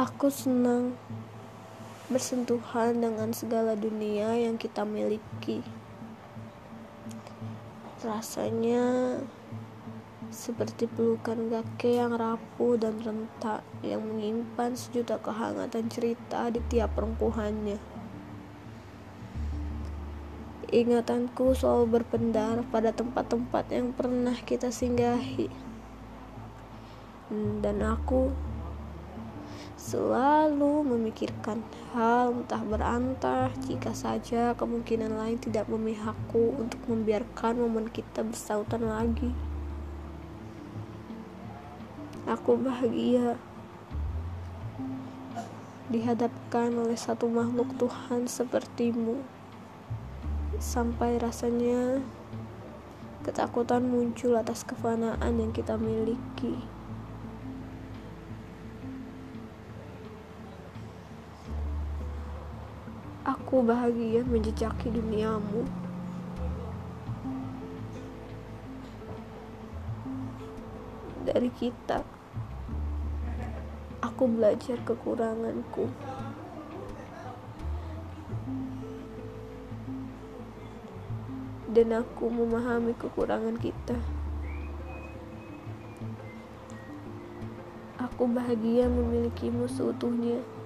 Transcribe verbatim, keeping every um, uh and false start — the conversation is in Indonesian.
Aku senang bersentuhan dengan segala dunia yang kita miliki. Rasanya seperti pelukan kakek yang rapuh dan rentak yang menyimpan sejuta kehangatan cerita di tiap rengkuhannya. Ingatanku selalu berpendar pada tempat-tempat yang pernah kita singgahi. Dan aku selalu memikirkan hal entah berantah jika saja kemungkinan lain tidak memihakku untuk membiarkan momen kita bersautan lagi. Aku bahagia dihadapkan oleh satu makhluk Tuhan sepertimu, sampai rasanya ketakutan muncul atas kefanaan yang kita miliki. Aku bahagia menjejaki duniamu. Dari kita, aku belajar kekuranganku. Dan aku memahami kekurangan kita. Aku bahagia memilikimu seutuhnya.